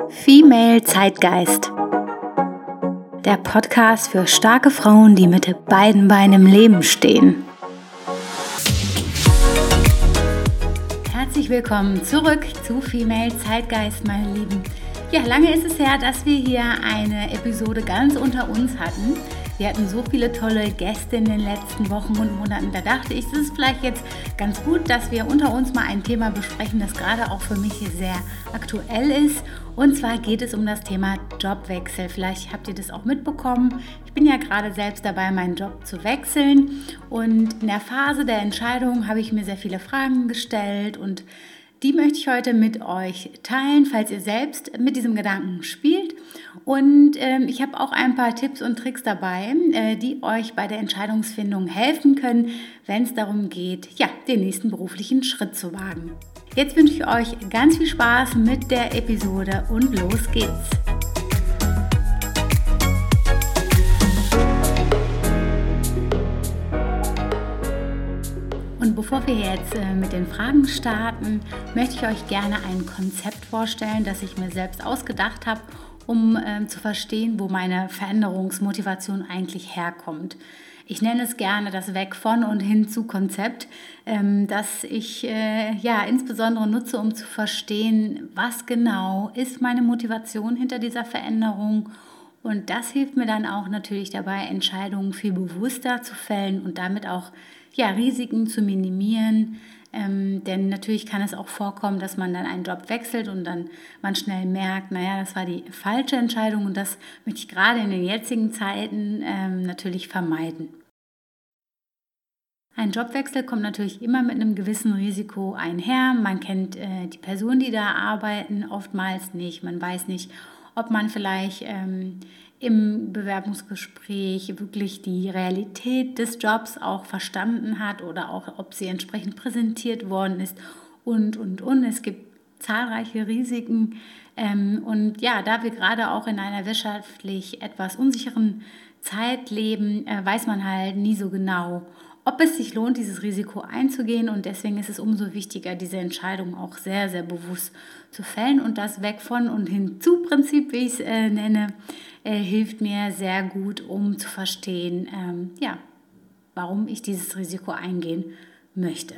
Female Zeitgeist. Der Podcast für starke Frauen, die mit beiden Beinen im Leben stehen. Herzlich willkommen zurück zu Female Zeitgeist, meine Lieben. Ja, lange ist es her, dass wir hier eine Episode ganz unter uns hatten. Wir hatten so viele tolle Gäste in den letzten Wochen und Monaten. Da dachte ich, es ist vielleicht jetzt ganz gut, dass wir unter uns mal ein Thema besprechen, das gerade auch für mich sehr aktuell ist. Und zwar geht es um das Thema Jobwechsel. Vielleicht habt ihr das auch mitbekommen. Ich bin ja gerade selbst dabei, meinen Job zu wechseln. Und in der Phase der Entscheidung habe ich mir sehr viele Fragen gestellt und die möchte ich heute mit euch teilen, falls ihr selbst mit diesem Gedanken spielt. Und ich habe auch ein paar Tipps und Tricks dabei, die euch bei der Entscheidungsfindung helfen können, wenn es darum geht, ja, den nächsten beruflichen Schritt zu wagen. Jetzt wünsche ich euch ganz viel Spaß mit der Episode und los geht's. Und bevor wir jetzt mit den Fragen starten, möchte ich euch gerne ein Konzept vorstellen, das ich mir selbst ausgedacht habe, um zu verstehen, wo meine Veränderungsmotivation eigentlich herkommt. Ich nenne es gerne das Weg von und hin zu Konzept, das ich insbesondere nutze, um zu verstehen, was genau ist meine Motivation hinter dieser Veränderung. Und das hilft mir dann auch natürlich dabei, Entscheidungen viel bewusster zu fällen und damit auch Risiken zu minimieren. Denn natürlich kann es auch vorkommen, dass man dann einen Job wechselt und dann man schnell merkt, das war die falsche Entscheidung und das möchte ich gerade in den jetzigen Zeiten natürlich vermeiden. Ein Jobwechsel kommt natürlich immer mit einem gewissen Risiko einher. Man kennt die Personen, die da arbeiten, oftmals nicht. Man weiß nicht, ob man vielleicht im Bewerbungsgespräch wirklich die Realität des Jobs auch verstanden hat oder auch, ob sie entsprechend präsentiert worden ist und. Es gibt zahlreiche Risiken da wir gerade auch in einer wirtschaftlich etwas unsicheren Zeit leben, weiß man halt nie so genau, ob es sich lohnt, dieses Risiko einzugehen, und deswegen ist es umso wichtiger, diese Entscheidung auch sehr, sehr bewusst zu fällen, und das Weg von und hin zu Prinzip, wie ich es nenne, hilft mir sehr gut, um zu verstehen, warum ich dieses Risiko eingehen möchte.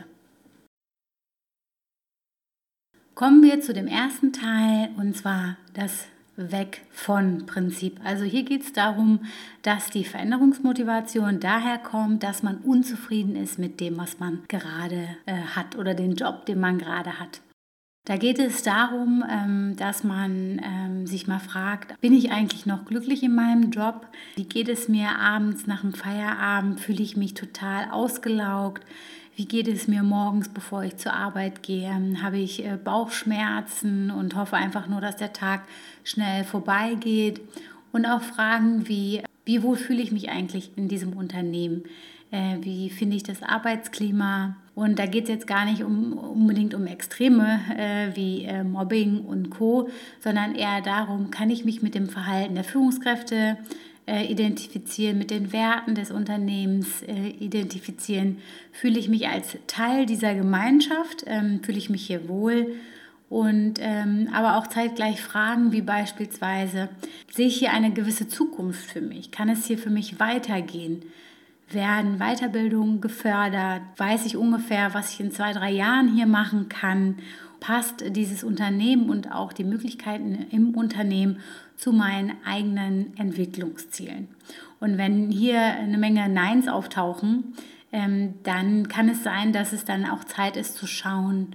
Kommen wir zu dem ersten Teil, und zwar das Weg von Prinzip. Also hier geht es darum, dass die Veränderungsmotivation daher kommt, dass man unzufrieden ist mit dem, was man gerade hat oder den Job, den man gerade hat. Da geht es darum, dass man sich mal fragt, bin ich eigentlich noch glücklich in meinem Job? Wie geht es mir abends nach dem Feierabend? Fühle ich mich total ausgelaugt? Wie geht es mir morgens, bevor ich zur Arbeit gehe? Habe ich Bauchschmerzen und hoffe einfach nur, dass der Tag schnell vorbeigeht? Und auch Fragen wie wohl fühle ich mich eigentlich in diesem Unternehmen? Wie finde ich das Arbeitsklima? Und da geht es jetzt gar nicht unbedingt um Extreme wie Mobbing und Co., sondern eher darum, kann ich mich mit dem Verhalten der Führungskräfte identifizieren, mit den Werten des Unternehmens identifizieren, fühle ich mich als Teil dieser Gemeinschaft, fühle ich mich hier wohl, und aber auch zeitgleich Fragen wie beispielsweise, sehe ich hier eine gewisse Zukunft für mich, kann es hier für mich weitergehen? Werden Weiterbildungen gefördert? Weiß ich ungefähr, was ich in 2-3 Jahren hier machen kann? Passt dieses Unternehmen und auch die Möglichkeiten im Unternehmen zu meinen eigenen Entwicklungszielen? Und wenn hier eine Menge Neins auftauchen, dann kann es sein, dass es dann auch Zeit ist zu schauen,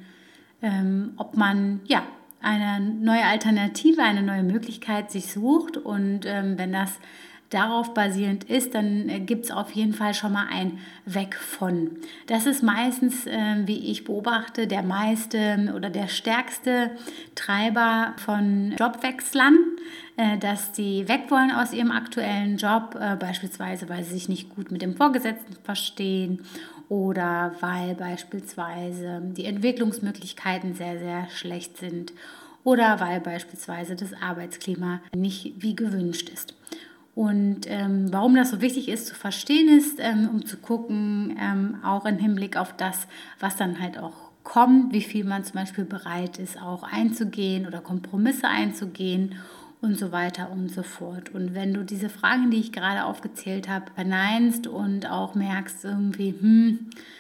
ob man eine neue Alternative, eine neue Möglichkeit sich sucht. Und wenn das darauf basierend ist, dann gibt es auf jeden Fall schon mal ein Weg von. Das ist meistens, wie ich beobachte, der meiste oder der stärkste Treiber von Jobwechslern, dass die weg wollen aus ihrem aktuellen Job, beispielsweise, weil sie sich nicht gut mit dem Vorgesetzten verstehen oder weil beispielsweise die Entwicklungsmöglichkeiten sehr, sehr schlecht sind oder weil beispielsweise das Arbeitsklima nicht wie gewünscht ist. Und warum das so wichtig ist zu verstehen ist, um zu gucken, auch im Hinblick auf das, was dann halt auch kommt, wie viel man zum Beispiel bereit ist, auch einzugehen oder Kompromisse einzugehen und so weiter und so fort. Und wenn du diese Fragen, die ich gerade aufgezählt habe, verneinst und auch merkst irgendwie,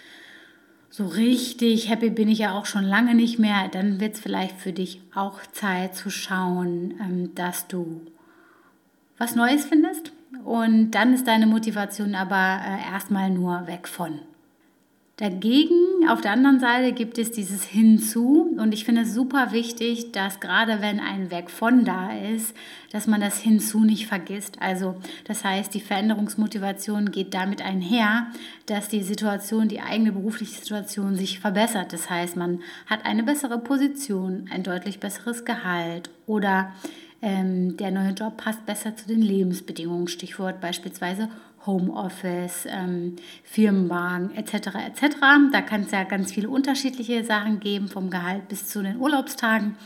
so richtig happy bin ich ja auch schon lange nicht mehr, dann wird es vielleicht für dich auch Zeit zu schauen, dass du was Neues findest. Und dann ist deine Motivation aber erstmal nur weg von. Dagegen, auf der anderen Seite, gibt es dieses Hinzu und ich finde es super wichtig, dass gerade wenn ein Weg von da ist, dass man das Hinzu nicht vergisst. Also das heißt, die Veränderungsmotivation geht damit einher, dass die Situation, die eigene berufliche Situation sich verbessert. Das heißt, man hat eine bessere Position, ein deutlich besseres Gehalt oder der neue Job passt besser zu den Lebensbedingungen. Stichwort beispielsweise Homeoffice, Firmenwagen etc. etc. Da kann es ja ganz viele unterschiedliche Sachen geben, vom Gehalt bis zu den Urlaubstagen.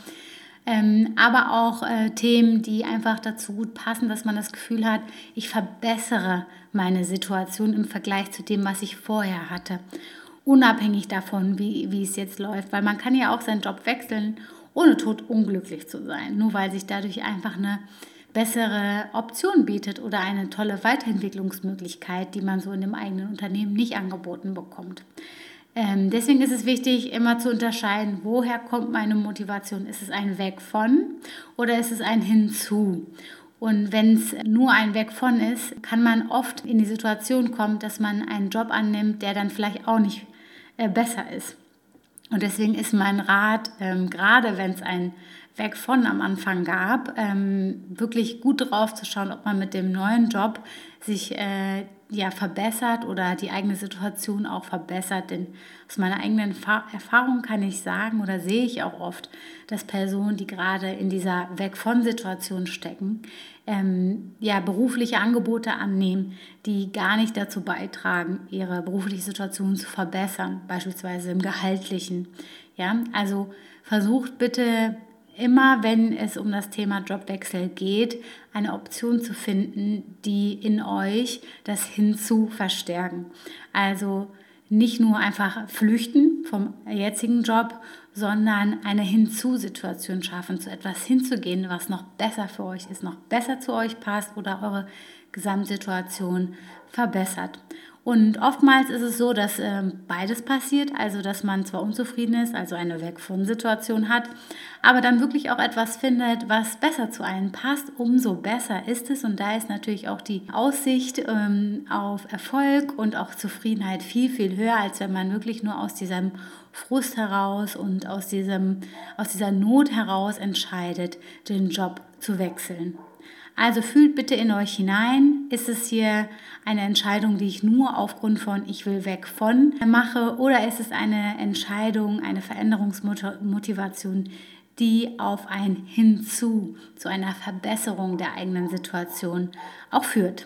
Aber auch Themen, die einfach dazu gut passen, dass man das Gefühl hat, ich verbessere meine Situation im Vergleich zu dem, was ich vorher hatte. Unabhängig davon, wie es jetzt läuft. Weil man kann ja auch seinen Job wechseln, ohne totunglücklich zu sein. Nur weil sich dadurch einfach eine bessere Option bietet oder eine tolle Weiterentwicklungsmöglichkeit, die man so in dem eigenen Unternehmen nicht angeboten bekommt. Deswegen ist es wichtig, immer zu unterscheiden, woher kommt meine Motivation? Ist es ein Weg von oder ist es ein Hinzu? Und wenn es nur ein Weg von ist, kann man oft in die Situation kommen, dass man einen Job annimmt, der dann vielleicht auch nicht besser ist. Und deswegen ist mein Rat, gerade wenn es ein Weg von am Anfang gab, wirklich gut drauf zu schauen, ob man mit dem neuen Job sich verbessert oder die eigene Situation auch verbessert. Denn aus meiner eigenen Erfahrung kann ich sagen oder sehe ich auch oft, dass Personen, die gerade in dieser Weg-von-Situation stecken, berufliche Angebote annehmen, die gar nicht dazu beitragen, ihre berufliche Situation zu verbessern, beispielsweise im Gehaltlichen. Ja, also versucht bitte immer, wenn es um das Thema Jobwechsel geht, eine Option zu finden, die in euch das Hinzu verstärken. Also nicht nur einfach flüchten vom jetzigen Job, sondern eine Hinzu-Situation schaffen, zu etwas hinzugehen, was noch besser für euch ist, noch besser zu euch passt oder eure Gesamtsituation verbessert. Und oftmals ist es so, dass beides passiert, also dass man zwar unzufrieden ist, also eine Weg-von-Situation hat, aber dann wirklich auch etwas findet, was besser zu einem passt, umso besser ist es. Und da ist natürlich auch die Aussicht auf Erfolg und auch Zufriedenheit viel, viel höher, als wenn man wirklich nur aus diesem Frust heraus und aus dieser Not heraus entscheidet, den Job zu wechseln. Also fühlt bitte in euch hinein, ist es hier eine Entscheidung, die ich nur aufgrund von ich will weg von mache oder ist es eine Entscheidung, eine Veränderungsmotivation, die auf ein Hinzu, zu einer Verbesserung der eigenen Situation auch führt.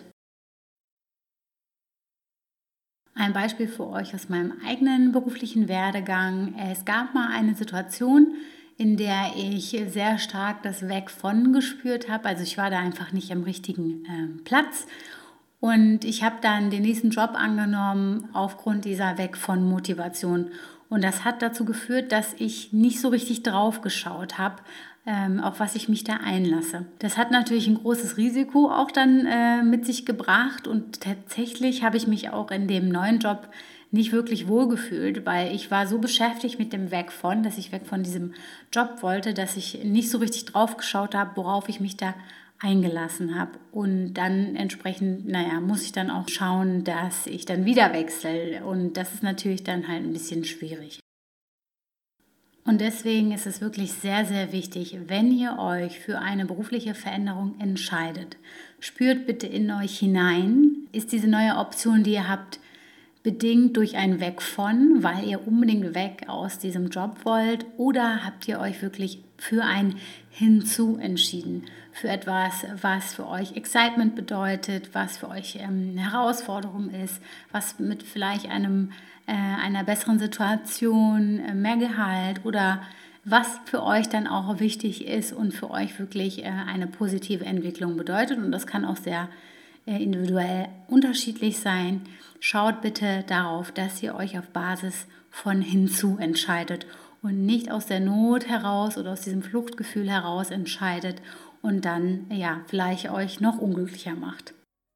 Ein Beispiel für euch aus meinem eigenen beruflichen Werdegang. Es gab mal eine Situation, in der ich sehr stark das Weg von gespürt habe. Also ich war da einfach nicht am richtigen Platz. Und ich habe dann den nächsten Job angenommen aufgrund dieser Weg von Motivation. Und das hat dazu geführt, dass ich nicht so richtig drauf geschaut habe, auf was ich mich da einlasse. Das hat natürlich ein großes Risiko auch dann mit sich gebracht. Und tatsächlich habe ich mich auch in dem neuen Job nicht wirklich wohlgefühlt, weil ich war so beschäftigt mit dem Weg von, dass ich weg von diesem Job wollte, dass ich nicht so richtig drauf geschaut habe, worauf ich mich da eingelassen habe. Und dann entsprechend, muss ich dann auch schauen, dass ich dann wieder wechsle. Und das ist natürlich dann halt ein bisschen schwierig. Und deswegen ist es wirklich sehr, sehr wichtig, wenn ihr euch für eine berufliche Veränderung entscheidet, spürt bitte in euch hinein, ist diese neue Option, die ihr habt, bedingt durch ein Weg von, weil ihr unbedingt weg aus diesem Job wollt, oder habt ihr euch wirklich für ein Hinzu entschieden, für etwas, was für euch Excitement bedeutet, was für euch eine Herausforderung ist, was mit vielleicht einer besseren Situation, mehr Gehalt oder was für euch dann auch wichtig ist und für euch wirklich eine positive Entwicklung bedeutet. Und das kann auch sehr individuell unterschiedlich sein. Schaut bitte darauf, dass ihr euch auf Basis von hinzu entscheidet und nicht aus der Not heraus oder aus diesem Fluchtgefühl heraus entscheidet und dann vielleicht euch noch unglücklicher macht.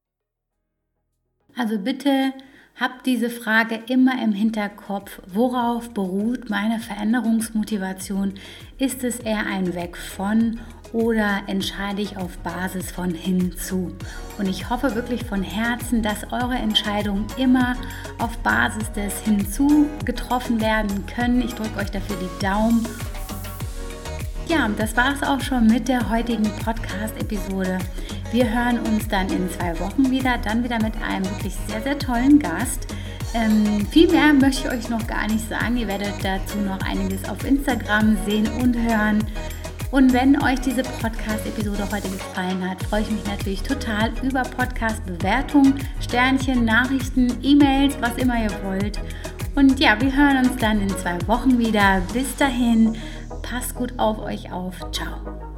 Also bitte habt diese Frage immer im Hinterkopf, worauf beruht meine Veränderungsmotivation? Ist es eher ein Weg von oder entscheide ich auf Basis von hinzu? Und ich hoffe wirklich von Herzen, dass eure Entscheidungen immer auf Basis des Hinzu getroffen werden können. Ich drücke euch dafür die Daumen. Ja, das war es auch schon mit der heutigen Podcast-Episode. Wir hören uns dann in 2 Wochen wieder, dann wieder mit einem wirklich sehr, sehr tollen Gast. Viel mehr möchte ich euch noch gar nicht sagen. Ihr werdet dazu noch einiges auf Instagram sehen und hören. Und wenn euch diese Podcast-Episode heute gefallen hat, freue ich mich natürlich total über Podcast-Bewertungen, Sternchen, Nachrichten, E-Mails, was immer ihr wollt. Und ja, wir hören uns dann in 2 Wochen wieder. Bis dahin, passt gut auf euch auf. Ciao.